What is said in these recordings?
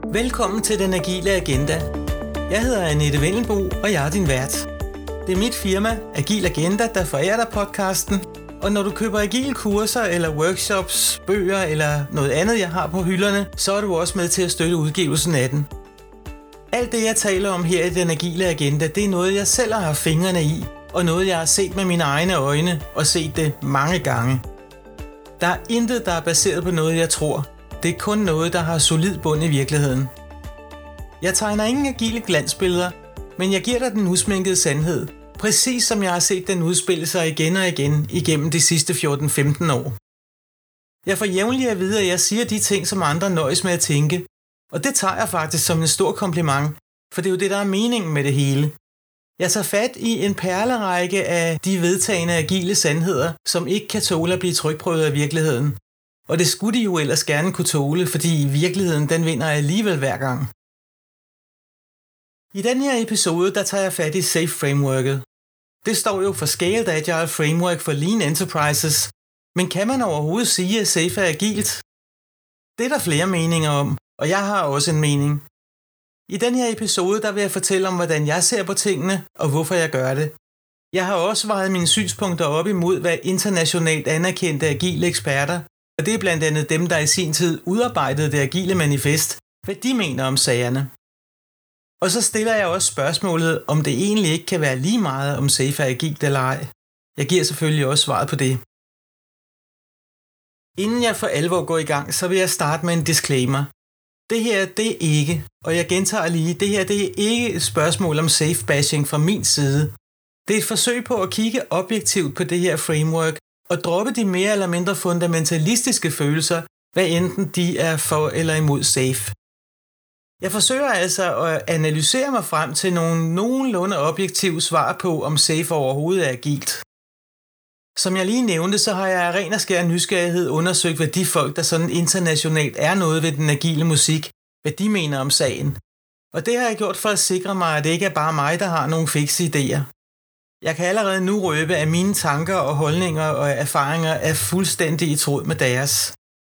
Velkommen til Den Agile Agenda. Jeg hedder Annette Vendelbo, og jeg er din vært. Det er mit firma, Agil Agenda, der forærer dig podcasten. Og når du køber agile kurser eller workshops, bøger eller noget andet, jeg har på hylderne, så er du også med til at støtte udgivelsen af den. Alt det, jeg taler om her i Den Agile Agenda, det er noget, jeg selv har haft fingrene i, og noget, jeg har set med mine egne øjne og set det mange gange. Der er intet, der er baseret på noget, jeg tror. Det er kun noget, der har solid bund i virkeligheden. Jeg tegner ingen agile glansbilleder, men jeg giver dig den usminkede sandhed, præcis som jeg har set den udspille sig igen og igen igennem de sidste 14-15 år. Jeg får jævnligt at vide, at jeg siger de ting, som andre nøjes med at tænke, og det tager jeg faktisk som en stor kompliment, for det er jo det, der er meningen med det hele. Jeg tager fat i en perlerække af de vedtagne agile sandheder, som ikke kan tåle at blive trykprøvet af virkeligheden. Og det skulle de jo ellers gerne kunne tåle, fordi virkeligheden den vinder alligevel hver gang. I den her episode, der tager jeg fat i SAFe-frameworket. Det står jo for Scaled Agile Framework for Lean Enterprises, men kan man overhovedet sige, at SAFe er agilt? Det er der flere meninger om, og jeg har også en mening. I den her episode, der vil jeg fortælle om, hvordan jeg ser på tingene, og hvorfor jeg gør det. Jeg har også vejet mine synspunkter op imod, hvad internationalt anerkendte agile eksperter, og det er blandt andet dem, der i sin tid udarbejdede det agile manifest, hvad de mener om sagerne. Og så stiller jeg også spørgsmålet, om det egentlig ikke kan være lige meget, om SAFe er agilt eller ej. Jeg giver selvfølgelig også svaret på det. Inden jeg for alvor går i gang, så vil jeg starte med en disclaimer. Det her, det er ikke, og jeg gentager lige, det her, det er ikke et spørgsmål om SAFe-bashing fra min side. Det er et forsøg på at kigge objektivt på det her framework, og droppe de mere eller mindre fundamentalistiske følelser, hvad enten de er for eller imod SAFe. Jeg forsøger altså at analysere mig frem til nogle nogenlunde objektive svar på, om SAFe overhovedet er agilt. Som jeg lige nævnte, så har jeg af ren og skær nysgerrighed undersøgt, hvad de folk, der sådan internationalt er noget ved den agile musik, hvad de mener om sagen. Og det har jeg gjort for at sikre mig, at det ikke er bare mig, der har nogle fikse idéer. Jeg kan allerede nu røbe, at mine tanker og holdninger og erfaringer er fuldstændig i tråd med deres.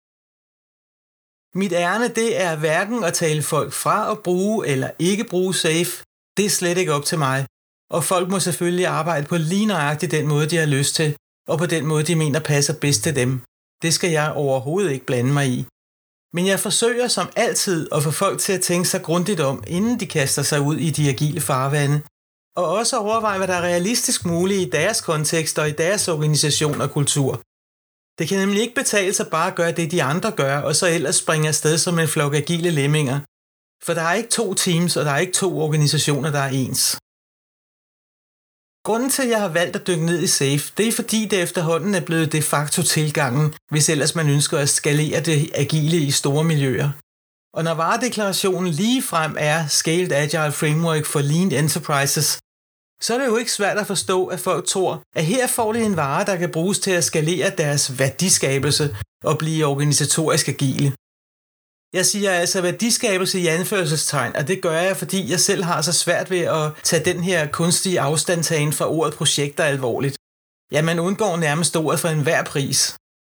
Mit ærne, det er hverken at tale folk fra at bruge eller ikke bruge SAFe. Det er slet ikke op til mig. Og folk må selvfølgelig arbejde på lige nøjagtigt den måde, de har lyst til, og på den måde, de mener passer bedst til dem. Det skal jeg overhovedet ikke blande mig i. Men jeg forsøger som altid at få folk til at tænke sig grundigt om, inden de kaster sig ud i de agile farvande, og også overveje, hvad der er realistisk muligt i deres kontekst og i deres organisation og kultur. Det kan nemlig ikke betale sig bare at gøre det, de andre gør, og så ellers springe afsted som en flok agile lemminger. For der er ikke to teams, og der er ikke to organisationer, der er ens. Grunden til, at jeg har valgt at dykke ned i SAFe, det er fordi det efterhånden er blevet de facto tilgangen, hvis ellers man ønsker at skalere det agile i store miljøer. Og når varedeklarationen lige frem er Scaled Agile Framework for Lean Enterprises, så er det jo ikke svært at forstå, at folk tror, at her får de en vare, der kan bruges til at skalere deres værdiskabelse og blive organisatorisk agile. Jeg siger altså værdiskabelse i anførselstegn, og det gør jeg, fordi jeg selv har så svært ved at tage den her kunstige afstandtagen fra ordet projekter alvorligt. Ja, man undgår nærmest ordet for enhver pris.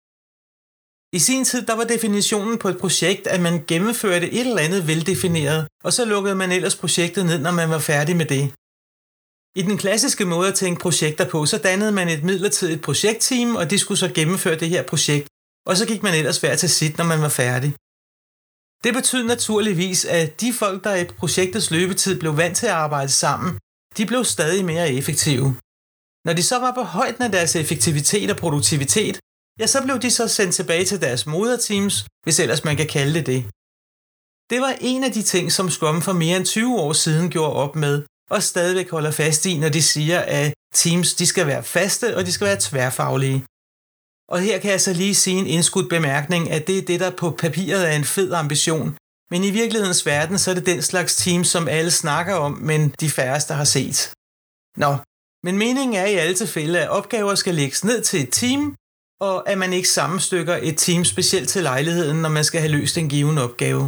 I sin tid, der var definitionen på et projekt, at man gennemførte et eller andet veldefineret, og så lukkede man ellers projektet ned, når man var færdig med det. I den klassiske måde at tænke projekter på, så dannede man et midlertidigt projektteam, og de skulle så gennemføre det her projekt, og så gik man ellers hver til sit, når man var færdig. Det betød naturligvis, at de folk, der i projektets løbetid blev vant til at arbejde sammen, de blev stadig mere effektive. Når de så var på højden af deres effektivitet og produktivitet, ja, så blev de så sendt tilbage til deres moderteams, hvis ellers man kan kalde det det. Det var en af de ting, som Scrum for mere end 20 år siden gjorde op med, og stadigvæk holder fast i, når de siger, at teams de skal være faste, og de skal være tværfaglige. Og her kan jeg så lige sige en indskudt bemærkning, at det er det, der på papiret er en fed ambition, men i virkelighedens verden, så er det den slags teams, som alle snakker om, men de færreste har set. Nå, men meningen er i alle tilfælde, at opgaver skal lægges ned til et team, og at man ikke sammenstykker et team specielt til lejligheden, når man skal have løst en given opgave.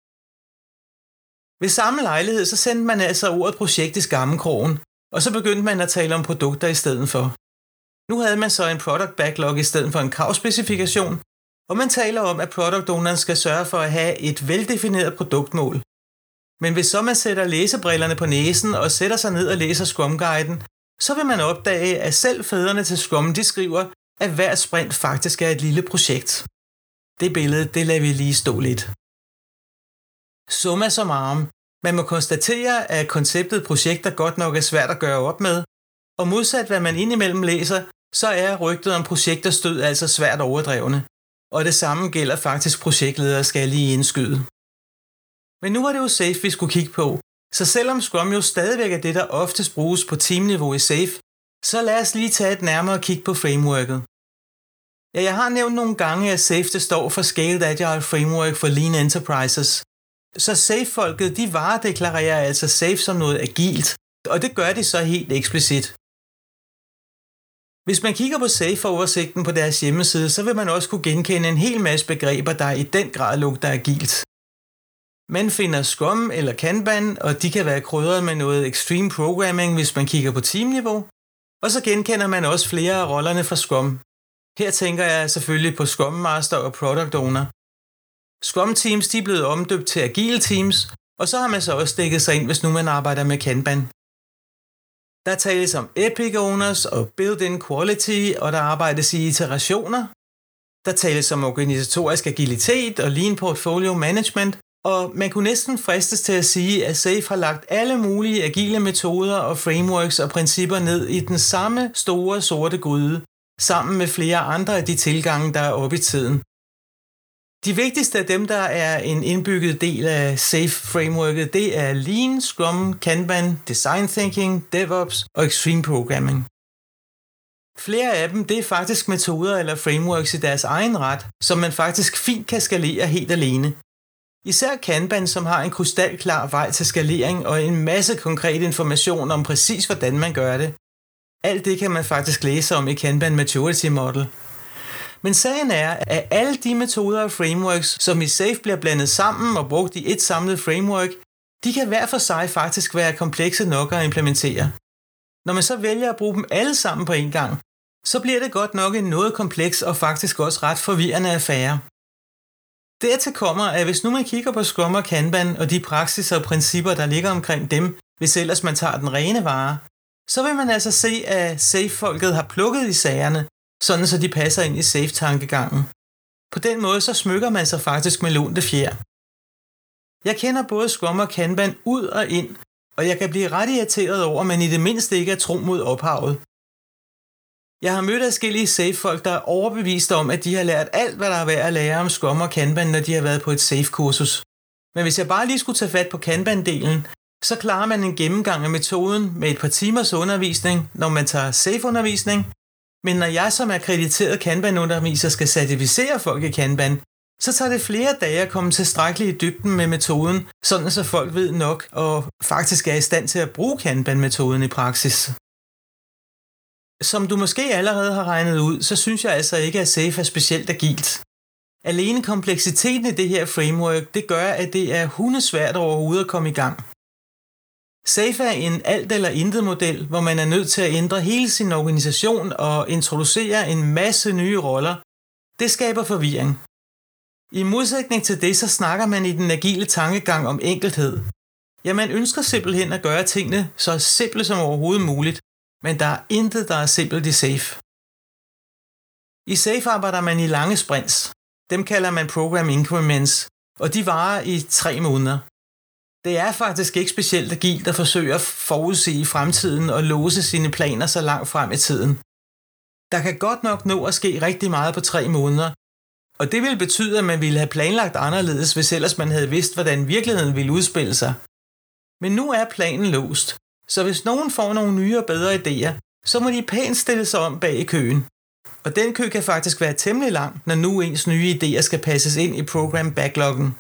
Ved samme lejlighed, så sendte man altså ordet projekt i skammekrogen, og så begyndte man at tale om produkter i stedet for. Nu havde man så en product backlog i stedet for en kravspecifikation, Og man taler om, at product owneren skal sørge for at have et veldefineret produktmål. Men hvis så man sætter læsebrillerne på næsen og sætter sig ned og læser Scrum-guiden, så vil man opdage, at selv fædrene til Scrum, de skriver, at hver sprint faktisk er et lille projekt. Det billede, det lader vi lige stå lidt. Summa summarum, man må konstatere, at konceptet projekter godt nok er svært at gøre op med, og modsat hvad man indimellem læser, så er rygtet om projekters død altså svært overdrevne. Og det samme gælder faktisk projektledere, skal jeg lige indskyde. Men nu var det jo SAFe, vi skulle kigge på, så selvom Scrum jo stadigvæk er det, der oftest bruges på teamniveau i SAFe, så lad os lige tage et nærmere kig på frameworket. Ja, jeg har nævnt nogle gange, at SAFe det står for Scaled Agile Framework for Lean Enterprises. Så SAFe-folket, de varedeklarerer altså SAFe som noget agilt, og det gør de så helt eksplicit. Hvis man kigger på SAFe-oversigten på deres hjemmeside, så vil man også kunne genkende en hel masse begreber, der i den grad lugter agilt. Man finder Scrum eller Kanban, og de kan være krydret med noget extreme programming, hvis man kigger på teamniveau. Og så genkender man også flere af rollerne fra Scrum. Her tænker jeg selvfølgelig på Scrum Master og Product Owner. Scrum Teams de er blevet omdøbt til Agile Teams, og så har man så også dækket sig ind, hvis nu man arbejder med Kanban. Der tales om Epic Owners og Built-in Quality, og der arbejdes i iterationer. Der tales om organisatorisk agilitet og Lean Portfolio Management, og man kunne næsten fristes til at sige, at SAFe har lagt alle mulige agile metoder og frameworks og principper ned i den samme store sorte gryde, sammen med flere andre af de tilgange, der er oppe i tiden. De vigtigste af dem, der er en indbygget del af SAFe-frameworket, det er Lean, Scrum, Kanban, Design Thinking, DevOps og Extreme Programming. Flere af dem, det er faktisk metoder eller frameworks i deres egen ret, som man faktisk fint kan skalere helt alene. Især Kanban, som har en krystalklar vej til skalering og en masse konkret information om præcis, hvordan man gør det. Alt det kan man faktisk læse om i Kanban Maturity Model. Men sagen er, at alle de metoder og frameworks, som i SAFe bliver blandet sammen og brugt i et samlet framework, de kan hver for sig faktisk være komplekse nok at implementere. Når man så vælger at bruge dem alle sammen på en gang, så bliver det godt nok en noget kompleks og faktisk også ret forvirrende affære. Dertil kommer, at hvis nu man kigger på Scrum og Kanban og de praksiser og principper, der ligger omkring dem, hvis ellers man tager den rene vare, så vil man altså se, at SAFe-folket har plukket i sagerne, sådan så de passer ind i SAFe-tankegangen. På den måde så smykker man sig faktisk med lånte fjer. Jeg kender både Scrum og Kanban ud og ind, og jeg kan blive ret irriteret over, at man i det mindste ikke er tro mod ophavet. Jeg har mødt adskillige SAFe-folk, der er overbevist om, at de har lært alt, hvad der er værd at lære om Scrum og Kanban, når de har været på et SAFe-kursus. Men hvis jeg bare lige skulle tage fat på Kanban-delen, så klarer man en gennemgang af metoden med et par timers undervisning, når man tager SAFe-undervisning. Men når jeg som akkrediteret Kanban-underviser skal certificere folk i Kanban, så tager det flere dage at komme tilstrækkeligt i dybden med metoden, sådan så folk ved nok og faktisk er i stand til at bruge Kanban-metoden i praksis. Som du måske allerede har regnet ud, så synes jeg altså ikke, at SAFe er specielt agilt. Alene kompleksiteten i det her framework, det gør, at det er hundesvært overhovedet at komme i gang. SAFe er en alt eller intet model, hvor man er nødt til at ændre hele sin organisation og introducere en masse nye roller. Det skaber forvirring. I modsætning til det, så snakker man i den agile tankegang om enkelthed. Ja, man ønsker simpelthen at gøre tingene så simple som overhovedet muligt, men der er intet, der er simpelt i SAFe. I SAFe arbejder man i lange sprints. Dem kalder man program increments, og de varer i 3 måneder. Det er faktisk ikke specielt agilt at forsøge at forudsige fremtiden og låse sine planer så langt frem i tiden. Der kan godt nok nå at ske rigtig meget på 3 måneder, og det ville betyde, at man ville have planlagt anderledes, hvis ellers man havde vidst, hvordan virkeligheden ville udspille sig. Men nu er planen låst, så hvis nogen får nogle nye og bedre idéer, så må de pænt stille sig om bag i køen. Og den kø kan faktisk være temmelig lang, når nu ens nye idéer skal passes ind i program backloggen.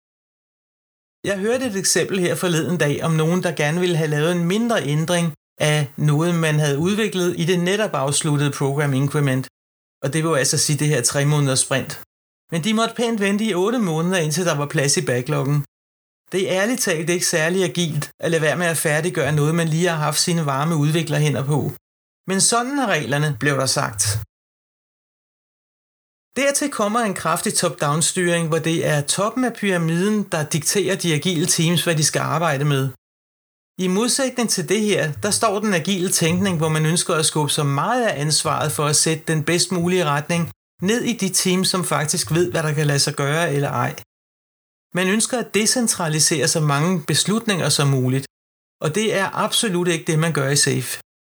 Jeg hørte et eksempel her forleden dag om nogen, der gerne ville have lavet en mindre ændring af noget, man havde udviklet i det netop afsluttede program increment. Og det vil altså sige det her 3 måneders sprint. Men de måtte pænt vente i 8 måneder, indtil der var plads i backloggen. Det er ærligt talt ikke særlig agilt at lade være med at færdiggøre noget, man lige har haft sine varme udviklerhænder på. Men sådan er reglerne, blev der sagt. Dertil kommer en kraftig top-down styring, hvor det er toppen af pyramiden, der dikterer de agile teams, hvad de skal arbejde med. I modsætning til det her, der står den agile tænkning, hvor man ønsker at skubbe så meget af ansvaret for at sætte den bedst mulige retning ned i de teams, som faktisk ved, hvad der kan lade sig gøre eller ej. Man ønsker at decentralisere så mange beslutninger som muligt, og det er absolut ikke det, man gør i SAFe.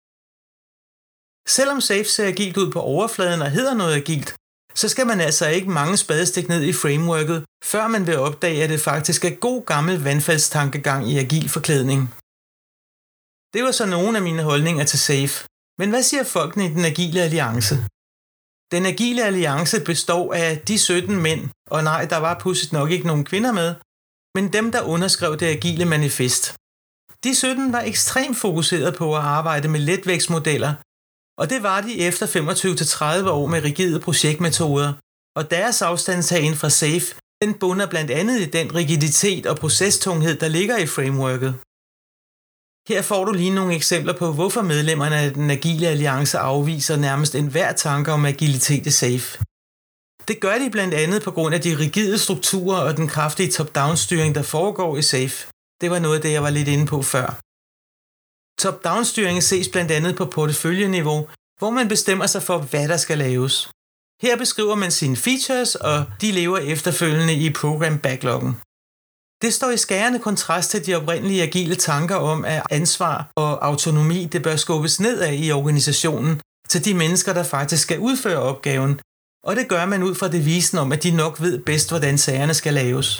Selvom SAFe ser agilt ud på overfladen og hedder noget agilt, så skal man altså ikke mange spadestik ned i frameworket, før man vil opdage, at det faktisk er god gammel vandfaldstankegang i agil forklædning. Det var så nogle af mine holdninger til SAFe, men hvad siger folkene i den agile alliance? Den agile alliance består af de 17 mænd, og nej, der var pudsigt nok ikke nogen kvinder med, men dem, der underskrev det agile manifest. De 17 var ekstremt fokuseret på at arbejde med letvægtsmodeller, og det var de efter 25-30 år med rigide projektmetoder, og deres afstandstagen fra SAFe, den bunder blandt andet i den rigiditet og procestunghed, der ligger i frameworket. Her får du lige nogle eksempler på, hvorfor medlemmerne af den agile alliance afviser nærmest enhver tanke om agilitet i SAFe. Det gør de blandt andet på grund af de rigide strukturer og den kraftige top-down-styring, der foregår i SAFe. Det var noget af det, jeg var lidt inde på før. Top-down-styringen ses blandt andet på porteføljeniveau, hvor man bestemmer sig for, hvad der skal laves. Her beskriver man sine features, og de lever efterfølgende i program-backloggen. Det står i skærende kontrast til de oprindelige agile tanker om, at ansvar og autonomi det bør skubbes nedad i organisationen til de mennesker, der faktisk skal udføre opgaven, og det gør man ud fra devisen om, at de nok ved bedst, hvordan sagerne skal laves.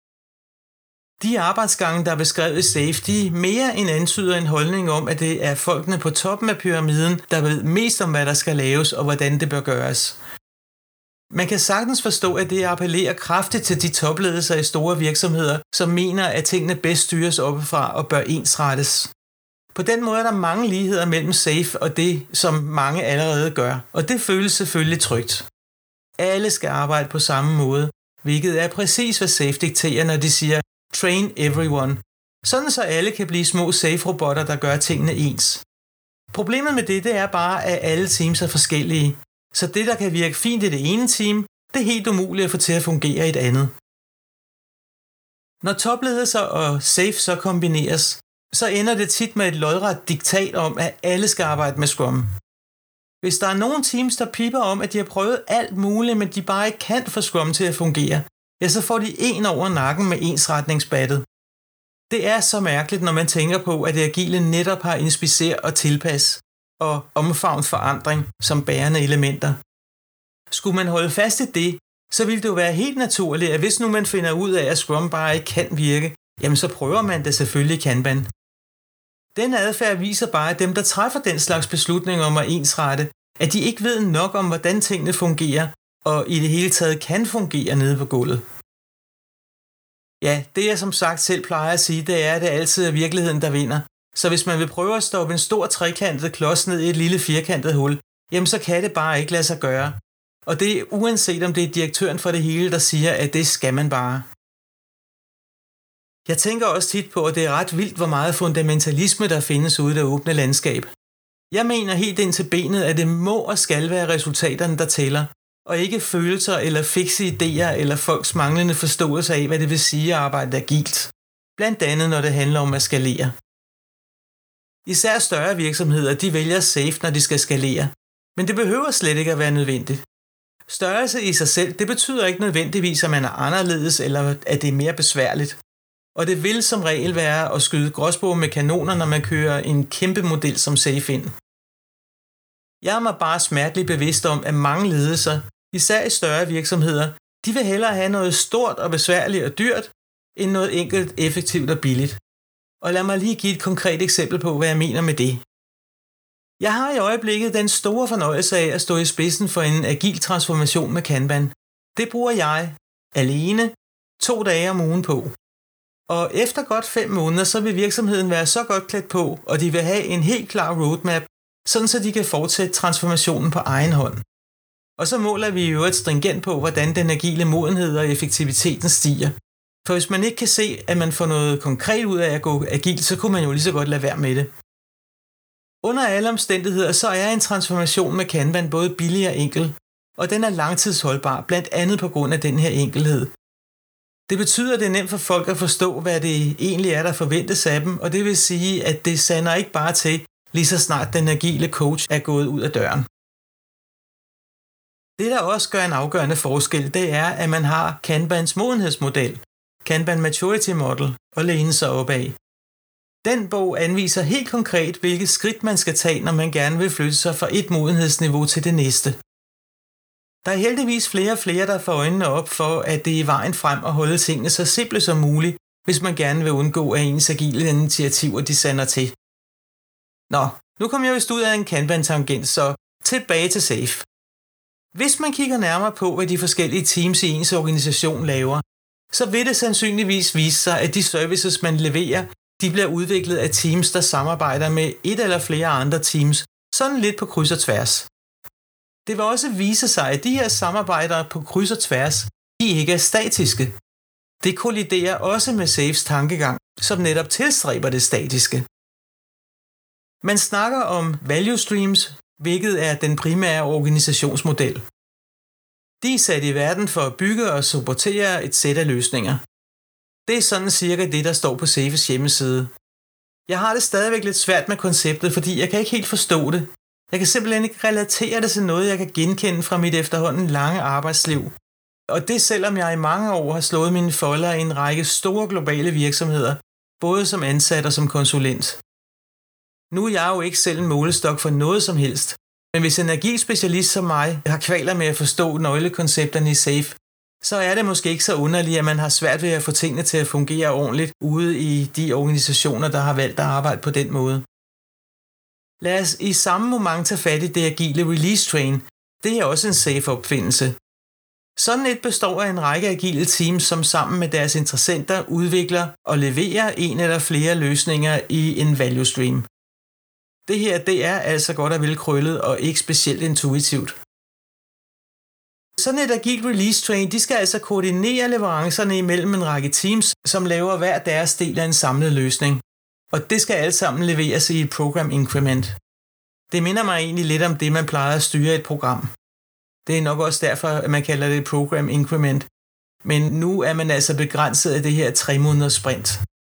De arbejdsgange, der er beskrevet i SAFe, de mere end antyder en holdning om, at det er folkene på toppen af pyramiden, der ved mest om, hvad der skal laves og hvordan det bør gøres. Man kan sagtens forstå, at det appellerer kraftigt til de topledelser i store virksomheder, som mener, at tingene bedst styres oppefra og bør ensrettes. På den måde er der mange ligheder mellem SAFe og det, som mange allerede gør, og det føles selvfølgelig trygt. Alle skal arbejde på samme måde, hvilket er præcis hvad SAFe dikterer, når de siger train everyone, sådan så alle kan blive små SAFe-robotter, der gør tingene ens. Problemet med det er bare, at alle teams er forskellige, så det, der kan virke fint i det ene team, det er helt umuligt at få til at fungere i et andet. Når topledelser og SAFe så kombineres, så ender det tit med et lodret diktat om, at alle skal arbejde med Scrum. Hvis der er nogle teams, der pipper om, at de har prøvet alt muligt, men de bare ikke kan få Scrum til at fungere, ja, så får de en over nakken med ensretningsbattet. Det er så mærkeligt, når man tænker på, at det agile netop har inspiceret og tilpas og omfavnet forandring som bærende elementer. Skulle man holde fast i det, så ville det jo være helt naturligt, at hvis nu man finder ud af, at Scrum bare ikke kan virke, jamen så prøver man det selvfølgelig i Kanban. Den adfærd viser bare, at dem, der træffer den slags beslutninger om at ensrette, at de ikke ved nok om, hvordan tingene fungerer, og i det hele taget kan fungere nede på gulvet. Ja, det jeg som sagt selv plejer at sige, det er, at det altid er virkeligheden, der vinder. Så hvis man vil prøve at stoppe en stor trekantet klods ned i et lille firkantet hul, jamen så kan det bare ikke lade sig gøre. Og det er uanset om det er direktøren for det hele, der siger, at det skal man bare. Jeg tænker også tit på, at det er ret vildt, hvor meget fundamentalisme der findes ude i det åbne landskab. Jeg mener helt ind til benet, at det må og skal være resultaterne, der tæller, og ikke følelser eller fikse idéer eller folks manglende forståelse af, hvad det vil sige at arbejde agilt. Blandt andet, når det handler om at skalere. Især større virksomheder, de vælger SAFe, når de skal skalere, men det behøver slet ikke at være nødvendigt. Størrelse i sig selv, det betyder ikke nødvendigvis, at man er anderledes eller at det er mere besværligt. Og det vil som regel være at skyde gråspurve med kanoner, når man kører en kæmpe model som SAFe ind. Jeg er mig bare smerteligt bevidst om, at mange ledelser, især i større virksomheder, de vil hellere have noget stort og besværligt og dyrt, end noget enkelt, effektivt og billigt. Og lad mig lige give et konkret eksempel på, hvad jeg mener med det. Jeg har i øjeblikket den store fornøjelse af at stå i spidsen for en agil transformation med Kanban. Det bruger jeg alene 2 dage om ugen på. Og efter godt 5 måneder, så vil virksomheden være så godt klædt på, og de vil have en helt klar roadmap, sådan så de kan fortsætte transformationen på egen hånd. Og så måler vi i øvrigt stringent på, hvordan den agile modenhed og effektiviteten stiger. For hvis man ikke kan se, at man får noget konkret ud af at gå agilt, så kunne man jo lige så godt lade være med det. Under alle omstændigheder, så er en transformation med Kanban både billig og enkel. og den er langtidsholdbar, blandt andet på grund af den her enkelhed. Det betyder, at det er nemt for folk at forstå, hvad det egentlig er, der forventes af dem, og det vil sige, at det sander ikke bare til, lige så snart den agile coach er gået ud af døren. Det, der også gør en afgørende forskel, det er, at man har Kanbans modenhedsmodel, Kanban Maturity Model, at læne sig op af. Den bog anviser helt konkret, hvilke skridt man skal tage, når man gerne vil flytte sig fra et modenhedsniveau til det næste. Der er heldigvis flere og flere, der får øjnene op for, at det er vejen frem at holde tingene så simple som muligt, hvis man gerne vil undgå, at ens agile initiativer de sander til. Nå, nu kommer jeg vist ud af en Kanban-tangent, så tilbage til SAFe. Hvis man kigger nærmere på, hvad de forskellige teams i ens organisation laver, så vil det sandsynligvis vise sig, at de services, man leverer, de bliver udviklet af teams, der samarbejder med et eller flere andre teams, sådan lidt på kryds og tværs. Det vil også vise sig, at de her samarbejder på kryds og tværs, de ikke er statiske. Det kolliderer også med SAFes tankegang, som netop tilstræber det statiske. Man snakker om value streams, hvilket er den primære organisationsmodel. De er sat i verden for at bygge og supportere et sæt af løsninger. Det er sådan cirka det, der står på SAFes hjemmeside. Jeg har det stadigvæk lidt svært med konceptet, fordi jeg kan ikke helt forstå det. Jeg kan simpelthen ikke relatere det til noget, jeg kan genkende fra mit efterhånden lange arbejdsliv. Og det selvom jeg i mange år har slået mine folder i en række store globale virksomheder, både som ansat og som konsulent. Nu er jeg jo ikke selv en målestok for noget som helst, men hvis en agil specialist som mig har kvaler med at forstå nøglekoncepterne i SAFe, så er det måske ikke så underligt, at man har svært ved at få tingene til at fungere ordentligt ude i de organisationer, der har valgt at arbejde på den måde. Lad os i samme moment tage fat i det agile release train. Det er også en SAFe-opfindelse. Sådan et består af en række agile teams, som sammen med deres interessenter udvikler og leverer en eller flere løsninger i en value stream. Det her, det er altså godt og vel krøllet og ikke specielt intuitivt. Sådan et agilt release train, de skal altså koordinere leverancerne imellem en række teams, som laver hver deres del af en samlet løsning. Og det skal alt sammen leveres i et program increment. Det minder mig egentlig lidt om det, man plejer at styre et program. Det er nok også derfor, at man kalder det et program increment. Men nu er man altså begrænset af det her 3 måneders sprint.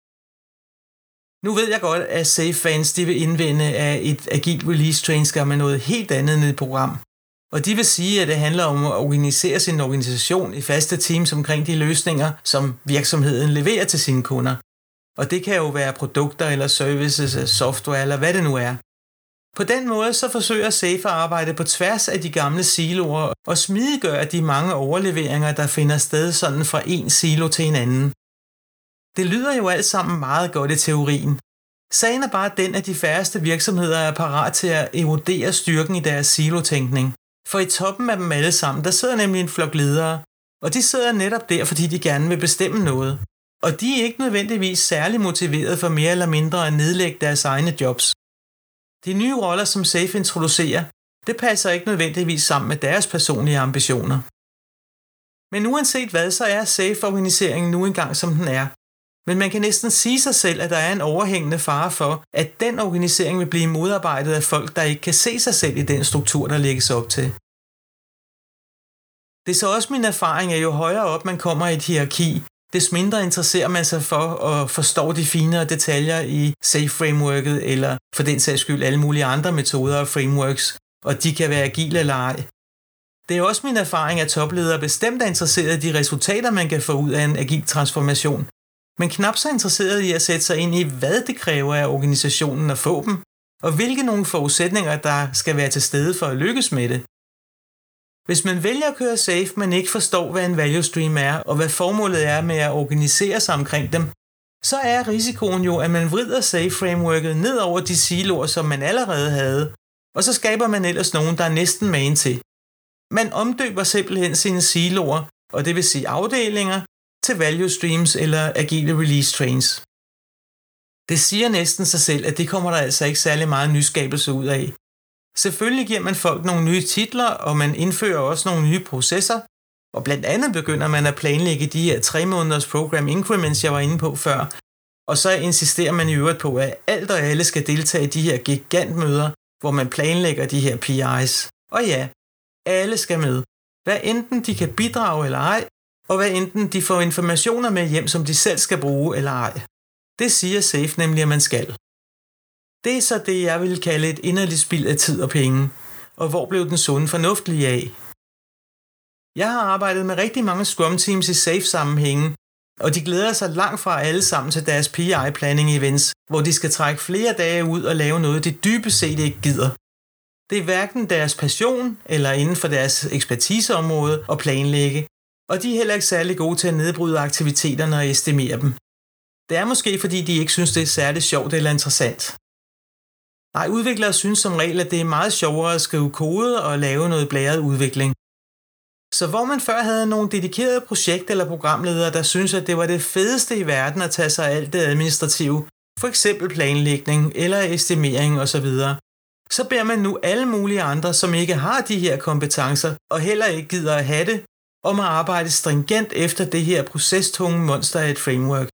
Nu ved jeg godt, at SAFe-fans de vil indvende, at et agilt release train skal med noget helt andet end et program. Og de vil sige, at det handler om at organisere sin organisation i faste teams omkring de løsninger, som virksomheden leverer til sine kunder. Og det kan jo være produkter eller services, software eller hvad det nu er. På den måde så forsøger SAFe at arbejde på tværs af de gamle siloer og smidiggøre de mange overleveringer, der finder sted sådan fra en silo til en anden. Det lyder jo alt sammen meget godt i teorien. Sagen er bare den, at de færreste virksomheder er parat til at erodere styrken i deres silotænkning. For i toppen af dem alle sammen, der sidder nemlig en flok ledere, og de sidder netop der, fordi de gerne vil bestemme noget. Og de er ikke nødvendigvis særlig motiveret for mere eller mindre at nedlægge deres egne jobs. De nye roller, som SAFe introducerer, det passer ikke nødvendigvis sammen med deres personlige ambitioner. Men uanset hvad, så er SAFe-organiseringen nu engang som den er. Men man kan næsten sige sig selv, at der er en overhængende fare for, at den organisering vil blive modarbejdet af folk, der ikke kan se sig selv i den struktur, der lægges op til. Det er så også min erfaring, at jo højere op man kommer i et hierarki, des mindre interesserer man sig for at forstå de finere detaljer i SAFe-frameworket, eller for den sags skyld alle mulige andre metoder og frameworks, og de kan være agile eller ej. Det er også min erfaring, at topledere bestemt er interesseret i de resultater, man kan få ud af en agil transformation, men knap så interesseret i at sætte sig ind i, hvad det kræver af organisationen at få dem, og hvilke nogle forudsætninger, der skal være til stede for at lykkes med det. Hvis man vælger at køre SAFe, men ikke forstår, hvad en value stream er, og hvad formålet er med at organisere sig omkring dem, så er risikoen jo, at man vrider SAFe-frameworket ned over de siloer, som man allerede havde, og så skaber man ellers nogen, der er næsten magen til. Man omdøber simpelthen sine siloer, og det vil sige afdelinger, til value streams eller agile release trains. Det siger næsten sig selv, at det kommer der altså ikke særlig meget nyskabelse ud af. Selvfølgelig giver man folk nogle nye titler, og man indfører også nogle nye processer, og blandt andet begynder man at planlægge de her 3 måneders program increments, jeg var inde på før, og så insisterer man i øvrigt på, at alt og alle skal deltage i de her gigantmøder, hvor man planlægger de her PI's. Og ja, alle skal med. hvad enten de kan bidrage eller ej, og hvad enten de får informationer med hjem, som de selv skal bruge eller ej. Det siger SAFe nemlig, at man skal. Det er så det, jeg vil kalde et inderligt spild af tid og penge. Og hvor blev den sunde fornuft lige af? Jeg har arbejdet med rigtig mange Scrum Teams i SAFe-sammenhænge, og de glæder sig langt fra alle sammen til deres PI-planning-events, hvor de skal trække flere dage ud og lave noget, de dybest set ikke gider. Det er hverken deres passion eller inden for deres ekspertiseområde at planlægge, og de er heller ikke særlig gode til at nedbryde aktiviteterne og estimere dem. Det er måske fordi, de ikke synes, det er særligt sjovt eller interessant. Nej, udviklere synes som regel, at det er meget sjovere at skrive kode og lave noget blæret udvikling. Så hvor man før havde nogle dedikerede projekt- eller programledere, der synes, at det var det fedeste i verden at tage sig af alt det administrative, for eksempel planlægning eller estimering osv., så beder man nu alle mulige andre, som ikke har de her kompetencer og heller ikke gider at have det, om at arbejde stringent efter det her procestunge monster af et framework.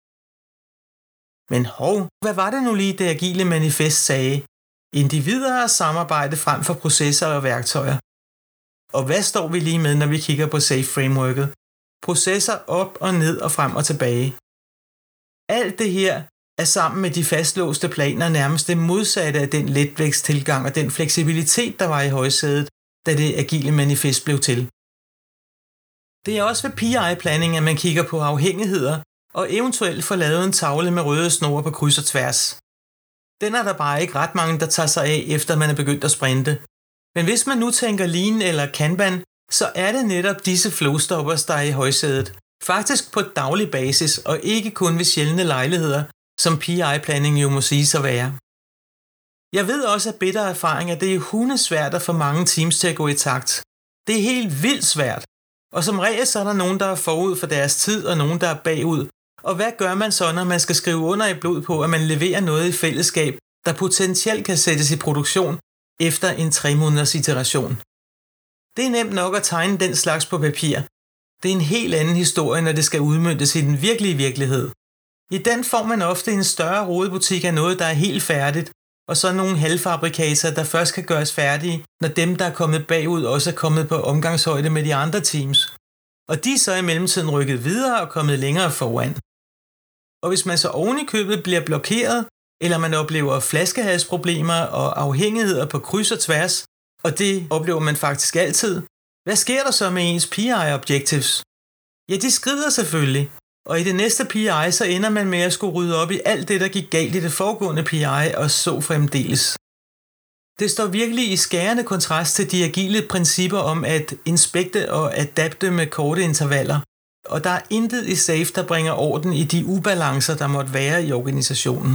Men hvad var det nu lige, det agile manifest sagde? Individer og samarbejde frem for processer og værktøjer. Og hvad står vi lige med, når vi kigger på SAFe-frameworket? Processer op og ned og frem og tilbage. Alt det her er sammen med de fastlåste planer nærmest det modsatte af den letvæksttilgang og den fleksibilitet, der var i højsædet, da det agile manifest blev til. Det er også ved PI-planning, at man kigger på afhængigheder og eventuelt får lavet en tavle med røde snore på kryds og tværs. Den er der bare ikke ret mange, der tager sig af, efter man er begyndt at sprinte. Men hvis man nu tænker Lean eller Kanban, så er det netop disse flowstoppers, der er i højsædet. Faktisk på daglig basis, og ikke kun ved sjældne lejligheder, som PI-planning jo må sige at være. Jeg ved også af bitter erfaring, at det er hundesvært at få mange teams til at gå i takt. Det er helt vildt svært. Og som regel så er der nogen, der er forud for deres tid, og nogen, der er bagud. Og hvad gør man så, når man skal skrive under i blod på, at man leverer noget i fællesskab, der potentielt kan sættes i produktion efter en 3 måneders iteration? Det er nemt nok at tegne den slags på papir. Det er en helt anden historie, når det skal udmøntes i den virkelige virkelighed. I den får man ofte en større rodebutik af noget, der er helt færdigt, og så nogle halvfabrikater, der først kan gøres færdige, når dem, der er kommet bagud, også er kommet på omgangshøjde med de andre teams. Og de er så i mellemtiden rykket videre og kommet længere foran. Og hvis man så oven i købet bliver blokeret, eller man oplever flaskehalsproblemer og afhængigheder på kryds og tværs, og det oplever man faktisk altid, hvad sker der så med ens PI-objectives? Ja, de skrider selvfølgelig, og i det næste PI så ender man med at skulle rydde op i alt det, der gik galt i det foregående PI, og så fremdeles. Det står virkelig i skærende kontrast til de agile principper om at inspekte og adapte med korte intervaller, og der er intet i SAFe, der bringer orden i de ubalancer, der måtte være i organisationen.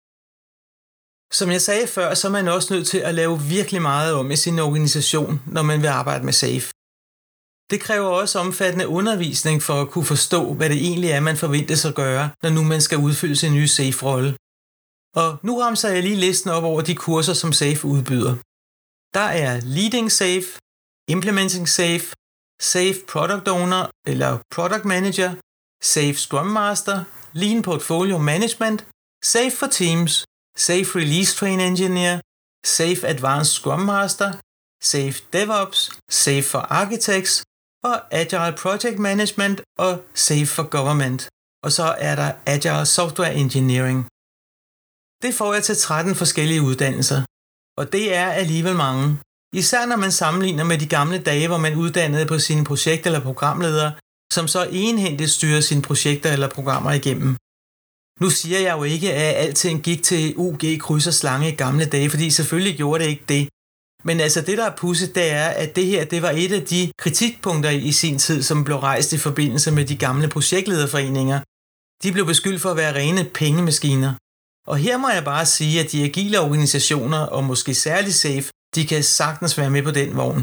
Som jeg sagde før, så er man også nødt til at lave virkelig meget om i sin organisation, når man vil arbejde med SAFe. Det kræver også omfattende undervisning for at kunne forstå, hvad det egentlig er, man forventes at gøre, når nu man skal udfylde sin nye SAFe-rolle. Og nu ramser jeg lige listen op over de kurser, som SAFe udbyder. Der er Leading SAFe, Implementing SAFe, SAFe Product Owner eller Product Manager, SAFe Scrum Master, Lean Portfolio Management, SAFe for Teams, SAFe Release Train Engineer, SAFe Advanced Scrum Master, SAFe DevOps, SAFe for Architects og Agile Project Management og SAFe for Government. Og så er der Agile Software Engineering. Det får jeg til 13 forskellige uddannelser, og det er alligevel mange. Især når man sammenligner med de gamle dage, hvor man uddannede på sine projekt- eller programledere, som så enhændigt styrer sine projekter eller programmer igennem. Nu siger jeg jo ikke, at alting gik til UG, kryds og slange i gamle dage, fordi selvfølgelig gjorde det ikke det. Men altså det, der er pudset, det er, at det her det var et af de kritikpunkter i sin tid, som blev rejst i forbindelse med de gamle projektlederforeninger. De blev beskyldt for at være rene pengemaskiner. Og her må jeg bare sige, at de agile organisationer, og måske særligt SAFe, de kan sagtens være med på den vogn.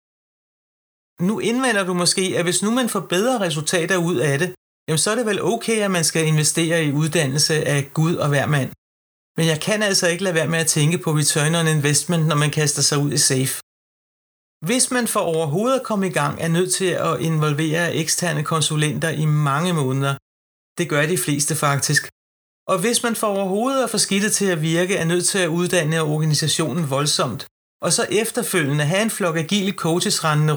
Nu indvender du måske, at hvis nu man får bedre resultater ud af det, jamen så er det vel okay, at man skal investere i uddannelse af Gud og hver mand. Men jeg kan altså ikke lade være med at tænke på return on investment, når man kaster sig ud i SAFe. Hvis man for overhovedet at komme i gang, er nødt til at involvere eksterne konsulenter i mange måneder. Det gør de fleste faktisk. Og hvis man for overhovedet at få skidtet til at virke, er nødt til at uddanne organisationen voldsomt, og så efterfølgende have en flok agile coaches rendende rundt,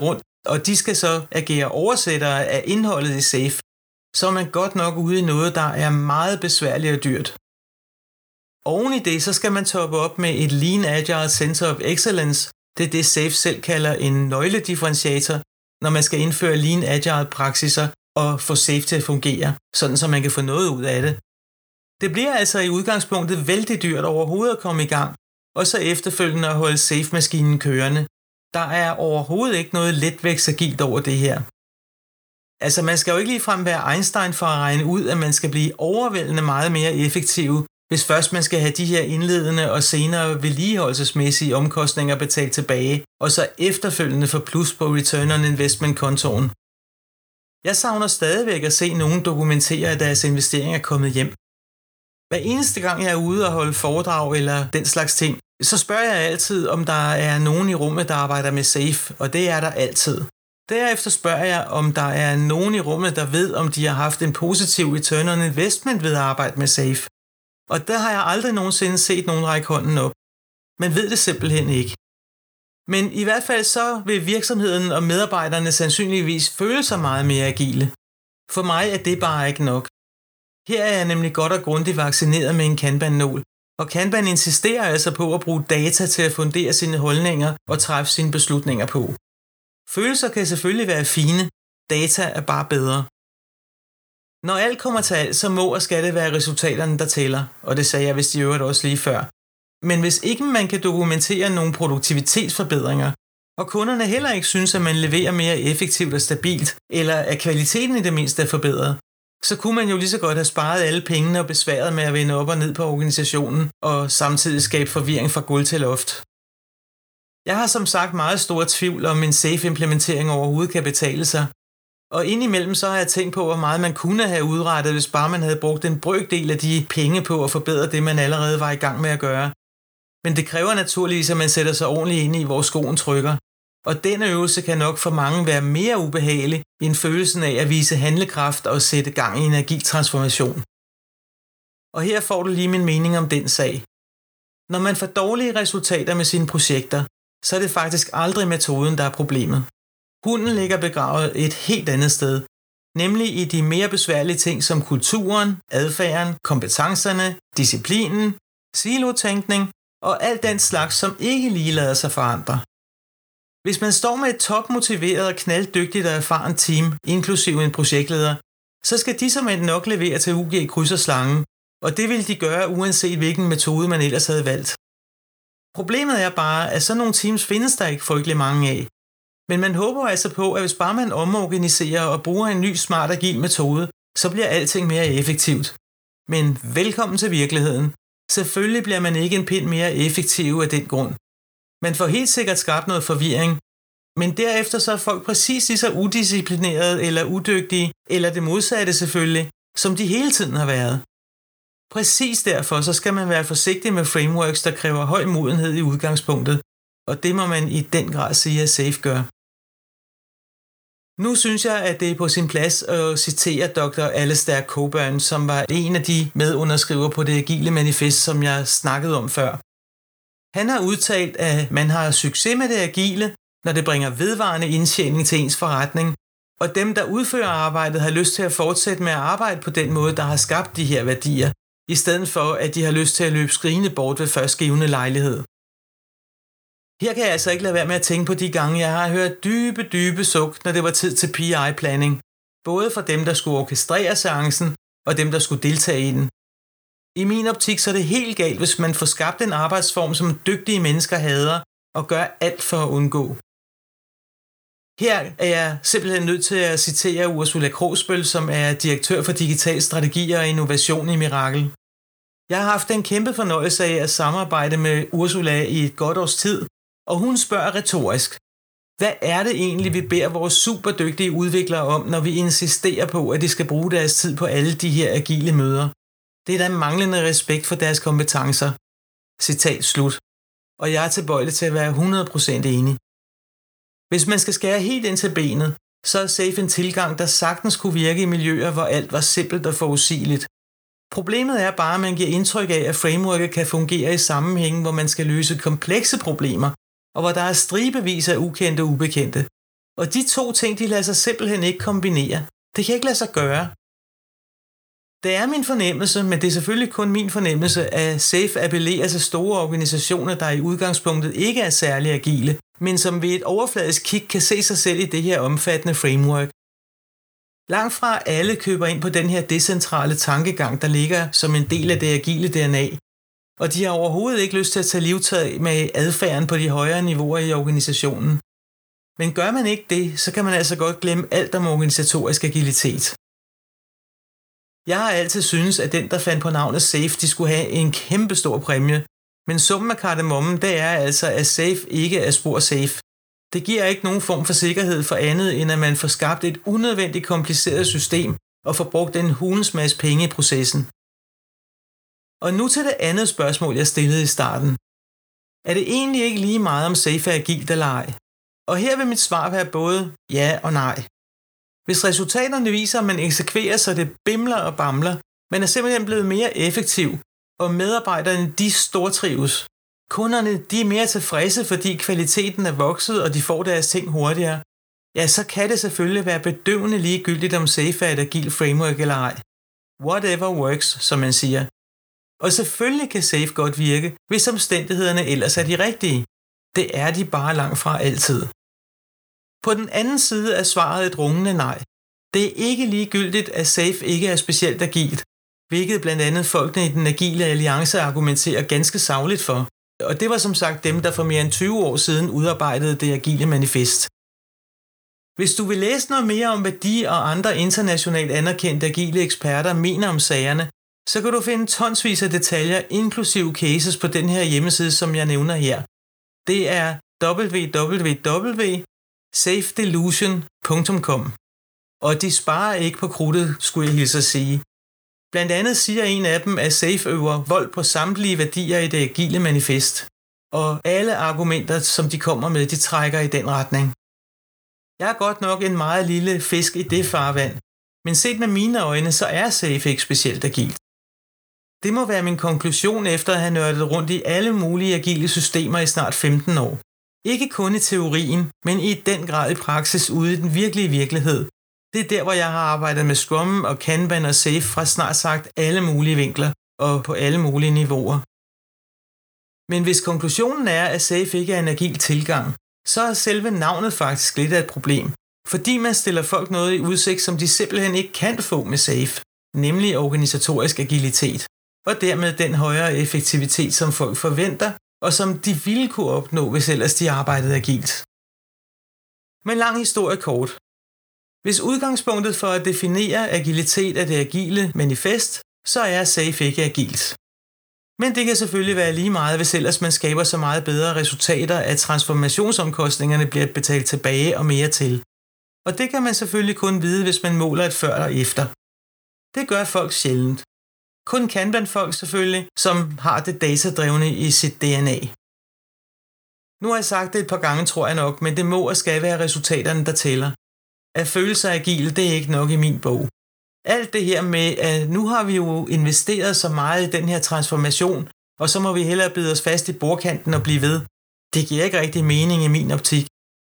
og de skal så agere oversættere af indholdet i SAFe, så er man godt nok ude i noget, der er meget besværligt og dyrt. Oven i det, så skal man toppe op med et Lean Agile Center of Excellence. Det er det SAFe selv kalder en nøgledifferentiator, når man skal indføre Lean Agile praksiser og få SAFe til at fungere, sådan så man kan få noget ud af det. Det bliver altså i udgangspunktet vældig dyrt overhovedet at komme i gang, og så efterfølgende at holde SAFe-maskinen kørende. Der er overhovedet ikke noget letvægtsagilt over det her. Altså man skal jo ikke ligefrem være Einstein for at regne ud, at man skal blive overvældende meget mere effektiv, hvis først man skal have de her indledende og senere vedligeholdelsesmæssige omkostninger betalt tilbage, og så efterfølgende få plus på Return on Investment-kontoen. Jeg savner stadigvæk at se nogen dokumentere, at deres investering er kommet hjem. Hver eneste gang jeg er ude og holde foredrag eller den slags ting, så spørger jeg altid, om der er nogen i rummet, der arbejder med SAFe, og det er der altid. Derefter spørger jeg, om der er nogen i rummet, der ved, om de har haft en positiv return on investment ved at arbejde med SAFe. Og der har jeg aldrig nogensinde set nogen række hånden op. Man ved det simpelthen ikke. Men i hvert fald så vil virksomheden og medarbejderne sandsynligvis føle sig meget mere agile. For mig er det bare ikke nok. Her er jeg nemlig godt og grundigt vaccineret med en Kanban-nål, og Kanban insisterer altså på at bruge data til at fundere sine holdninger og træffe sine beslutninger på. Følelser kan selvfølgelig være fine, data er bare bedre. Når alt kommer til alt, så må og skal det være resultaterne, der tæller, og det sagde jeg vist i øvrigt også lige før. Men hvis ikke man kan dokumentere nogle produktivitetsforbedringer, og kunderne heller ikke synes, at man leverer mere effektivt og stabilt, eller at kvaliteten i det mindste er forbedret, så kunne man jo lige så godt have sparet alle pengene og besværet med at vende op og ned på organisationen, og samtidig skabe forvirring fra gulv til loft. Jeg har som sagt meget stor tvivl om en SAFe-implementering overhovedet kan betale sig, og indimellem så har jeg tænkt på, hvor meget man kunne have udrettet, hvis bare man havde brugt en brøkdel af de penge på at forbedre det, man allerede var i gang med at gøre. Men det kræver naturligvis, at man sætter sig ordentligt ind i, hvor skoen trykker. Og den øvelse kan nok for mange være mere ubehagelig end følelsen af at vise handlekraft og sætte gang i en agil transformation. Og her får du lige min mening om den sag. Når man får dårlige resultater med sine projekter, så er det faktisk aldrig metoden, der er problemet. Hunden ligger begravet et helt andet sted, nemlig i de mere besværlige ting som kulturen, adfærden, kompetencerne, disciplinen, silotænkning og alt den slags, som ikke lige lader sig forandre. Hvis man står med et topmotiveret og knalddygtigt og erfaren team, inklusive en projektleder, så skal de som nok levere til UG krydser slangen, og det vil de gøre uanset hvilken metode man ellers havde valgt. Problemet er bare, at sådan nogle teams findes der ikke frygtelig mange af. Men man håber altså på, at hvis bare man omorganiserer og bruger en ny smart agil metode, så bliver alting mere effektivt. Men velkommen til virkeligheden. Selvfølgelig bliver man ikke en pind mere effektiv af den grund. Man får helt sikkert skabt noget forvirring, men derefter så er folk præcis lige så udisciplinerede eller udygtige, eller det modsatte selvfølgelig, som de hele tiden har været. Præcis derfor så skal man være forsigtig med frameworks, der kræver høj modenhed i udgangspunktet, og det må man i den grad sige, at SAFe gør. Nu synes jeg, at det er på sin plads at citere Dr. Alistair Cockburn, som var en af de medunderskriver på det agile manifest, som jeg snakkede om før. Han har udtalt, at man har succes med det agile, når det bringer vedvarende indtjening til ens forretning, og dem, der udfører arbejdet, har lyst til at fortsætte med at arbejde på den måde, der har skabt de her værdier, i stedet for, at de har lyst til at løbe skrigende bort ved førstgivende lejlighed. Her kan jeg altså ikke lade være med at tænke på de gange, jeg har hørt dybe suk, når det var tid til PI-planning, både for dem, der skulle orkestrere seancen, og dem, der skulle deltage i den. I min optik så er det helt galt, hvis man får skabt en arbejdsform, som dygtige mennesker hader, og gør alt for at undgå. Her er jeg simpelthen nødt til at citere Ursula Krogsbøl, som er direktør for digital strategi og innovation i Mirakel. Jeg har haft en kæmpe fornøjelse af at samarbejde med Ursula i et godt års tid, og hun spørger retorisk, hvad er det egentlig, vi beder vores superdygtige udviklere om, når vi insisterer på, at de skal bruge deres tid på alle de her agile møder? Det er da manglende respekt for deres kompetencer. Citat slut. Og jeg er tilbøjelig til at være 100% enig. Hvis man skal skære helt ind til benet, så er SAFe en tilgang, der sagtens kunne virke i miljøer, hvor alt var simpelt og forudsigeligt. Problemet er bare, at man giver indtryk af, at frameworket kan fungere i sammenhænge, hvor man skal løse komplekse problemer, og hvor der er stribevis af ukendte og ubekendte. Og de to ting, de lader sig simpelthen ikke kombinere. Det kan ikke lade sig gøre. Det er min fornemmelse, men det er selvfølgelig kun min fornemmelse, at SAFe appellerer til store organisationer, der i udgangspunktet ikke er særlig agile, men som ved et overfladisk kig kan se sig selv i det her omfattende framework. Langt fra alle køber ind på den her decentrale tankegang, der ligger som en del af det agile DNA, og de har overhovedet ikke lyst til at tage livtag med adfærden på de højere niveauer i organisationen. Men gør man ikke det, så kan man altså godt glemme alt om organisatorisk agilitet. Jeg har altid syntes, at den, der fandt på navnet SAFe, de skulle have en kæmpe stor præmie, men summen af kardemommen, det er altså, at SAFe ikke er spor safe. Det giver ikke nogen form for sikkerhed for andet, end at man får skabt et unødvendigt kompliceret system og får brugt en hulens masse penge i processen. Og nu til det andet spørgsmål, jeg stillede i starten. Er det egentlig ikke lige meget, om SAFe er agilt eller ej? Og her vil mit svar være både ja og nej. Hvis resultaterne viser, at man eksekverer, så det bimler og bamler, man er simpelthen blevet mere effektiv, og medarbejderne de stortrives. Kunderne de er mere tilfredse, fordi kvaliteten er vokset, og de får deres ting hurtigere. Ja, så kan det selvfølgelig være bedøvende ligegyldigt, om SAFe er et agilt framework eller ej. Whatever works, som man siger. Og selvfølgelig kan SAFe godt virke, hvis omstændighederne ellers er de rigtige. Det er de bare langt fra altid. På den anden side er svaret et rungende nej. Det er ikke ligegyldigt, at SAFe ikke er specielt agilt, hvilket blandt andet folkene i den agile alliance argumenterer ganske sagligt for. Og det var som sagt dem, der for mere end 20 år siden udarbejdede det agile manifest. Hvis du vil læse noget mere om, hvad de og andre internationalt anerkendte agile eksperter mener om sagerne, så kan du finde tonsvis af detaljer, inklusive cases på den her hjemmeside, som jeg nævner her. Det er www.safedelusion.com. Og de sparer ikke på krudtet, skulle jeg hilse at sige. Blandt andet siger en af dem, at SAFe øver vold på samtlige værdier i det agile manifest. Og alle argumenter, som de kommer med, de trækker i den retning. Jeg er godt nok en meget lille fisk i det farvand, men set med mine øjne, så er SAFe ikke specielt agilt. Det må være min konklusion efter at have nørdet rundt i alle mulige agile systemer i snart 15 år. Ikke kun i teorien, men i den grad i praksis ude i den virkelige virkelighed. Det er der, hvor jeg har arbejdet med Scrum og Kanban og SAFe fra snart sagt alle mulige vinkler og på alle mulige niveauer. Men hvis konklusionen er, at SAFe ikke er en agil tilgang, så er selve navnet faktisk lidt af et problem, fordi man stiller folk noget i udsigt, som de simpelthen ikke kan få med SAFe, nemlig organisatorisk agilitet, og dermed den højere effektivitet, som folk forventer, og som de ville kunne opnå, hvis ellers de arbejdede agilt. Men lang historie kort. Hvis udgangspunktet for at definere agilitet er det agile manifest, så er SAFe ikke agilt. Men det kan selvfølgelig være lige meget, hvis ellers man skaber så meget bedre resultater, at transformationsomkostningerne bliver betalt tilbage og mere til. Og det kan man selvfølgelig kun vide, hvis man måler et før og efter. Det gør folk sjældent. Kun Kanban-folk selvfølgelig, som har det datadrevne i sit DNA. Nu har jeg sagt det et par gange, tror jeg nok, men det må og skal være resultaterne, der tæller. At føle sig agil, det er ikke nok i min bog. Alt det her med, at nu har vi jo investeret så meget i den her transformation, og så må vi hellere bide os fast i bordkanten og blive ved. Det giver ikke rigtig mening i min optik.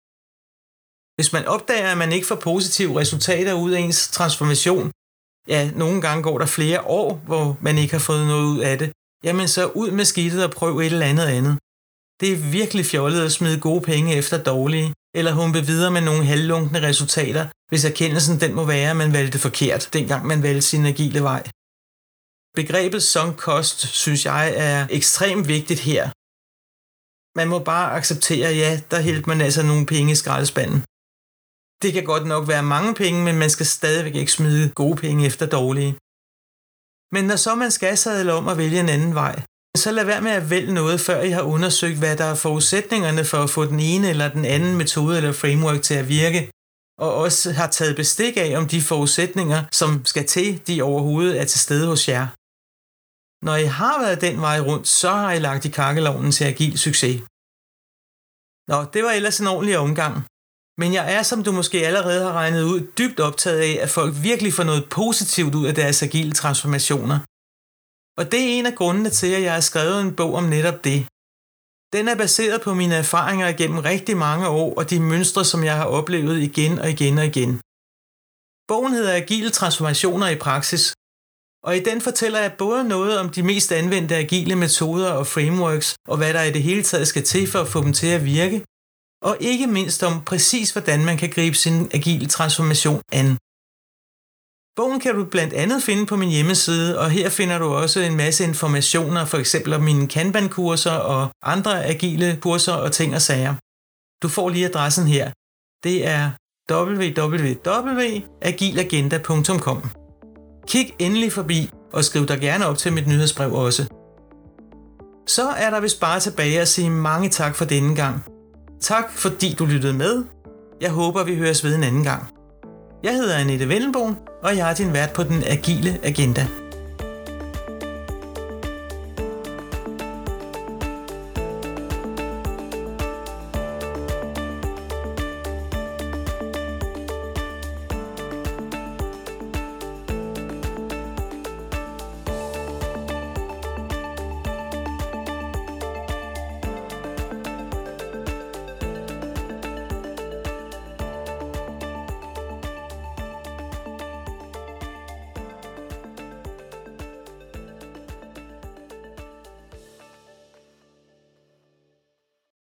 Hvis man opdager, at man ikke får positive resultater ud af ens transformation, ja, nogle gange går der flere år, hvor man ikke har fået noget ud af det, jamen så ud med skidtet og prøv et eller andet. Det er virkelig fjollet at smide gode penge efter dårlige, eller humpe videre med nogle halvlunkne resultater, hvis erkendelsen den må være, at man valgte forkert, dengang man valgte sin agile vej. Begrebet sunk cost, synes jeg, er ekstremt vigtigt her. Man må bare acceptere, ja, der hældte man altså nogle penge i skraldespanden. Det kan godt nok være mange penge, men man skal stadigvæk ikke smide gode penge efter dårlige. Men når så man skal sadle om at vælge en anden vej, så lad være med at vælge noget, før I har undersøgt, hvad der er forudsætningerne for at få den ene eller den anden metode eller framework til at virke, og også har taget bestik af, om de forudsætninger, som skal til, de overhovedet er til stede hos jer. Når I har været den vej rundt, så har I lagt i kakkelovnen til agil succes. Nå, det var ellers en ordentlig omgang. Men jeg er, som du måske allerede har regnet ud, dybt optaget af, at folk virkelig får noget positivt ud af deres agile transformationer. Og det er en af grundene til, at jeg har skrevet en bog om netop det. Den er baseret på mine erfaringer gennem rigtig mange år og de mønstre, som jeg har oplevet igen og igen og igen. Bogen hedder Agile transformationer i praksis, og i den fortæller jeg både noget om de mest anvendte agile metoder og frameworks, og hvad der i det hele taget skal til for at få dem til at virke, og ikke mindst om præcis hvordan man kan gribe sin agile transformation an. Bogen kan du blandt andet finde på min hjemmeside, og her finder du også en masse informationer, for eksempel om mine Kanban-kurser og andre agile kurser og ting og sager. Du får lige adressen her. Det er www.agilagenda.com. Kig endelig forbi, og skriv dig gerne op til mit nyhedsbrev også. Så er der vist bare tilbage at sige mange tak for denne gang. Tak fordi du lyttede med. Jeg håber, vi høres ved en anden gang. Jeg hedder Annette Vellenboen, og jeg er din vært på Den Agile Agenda.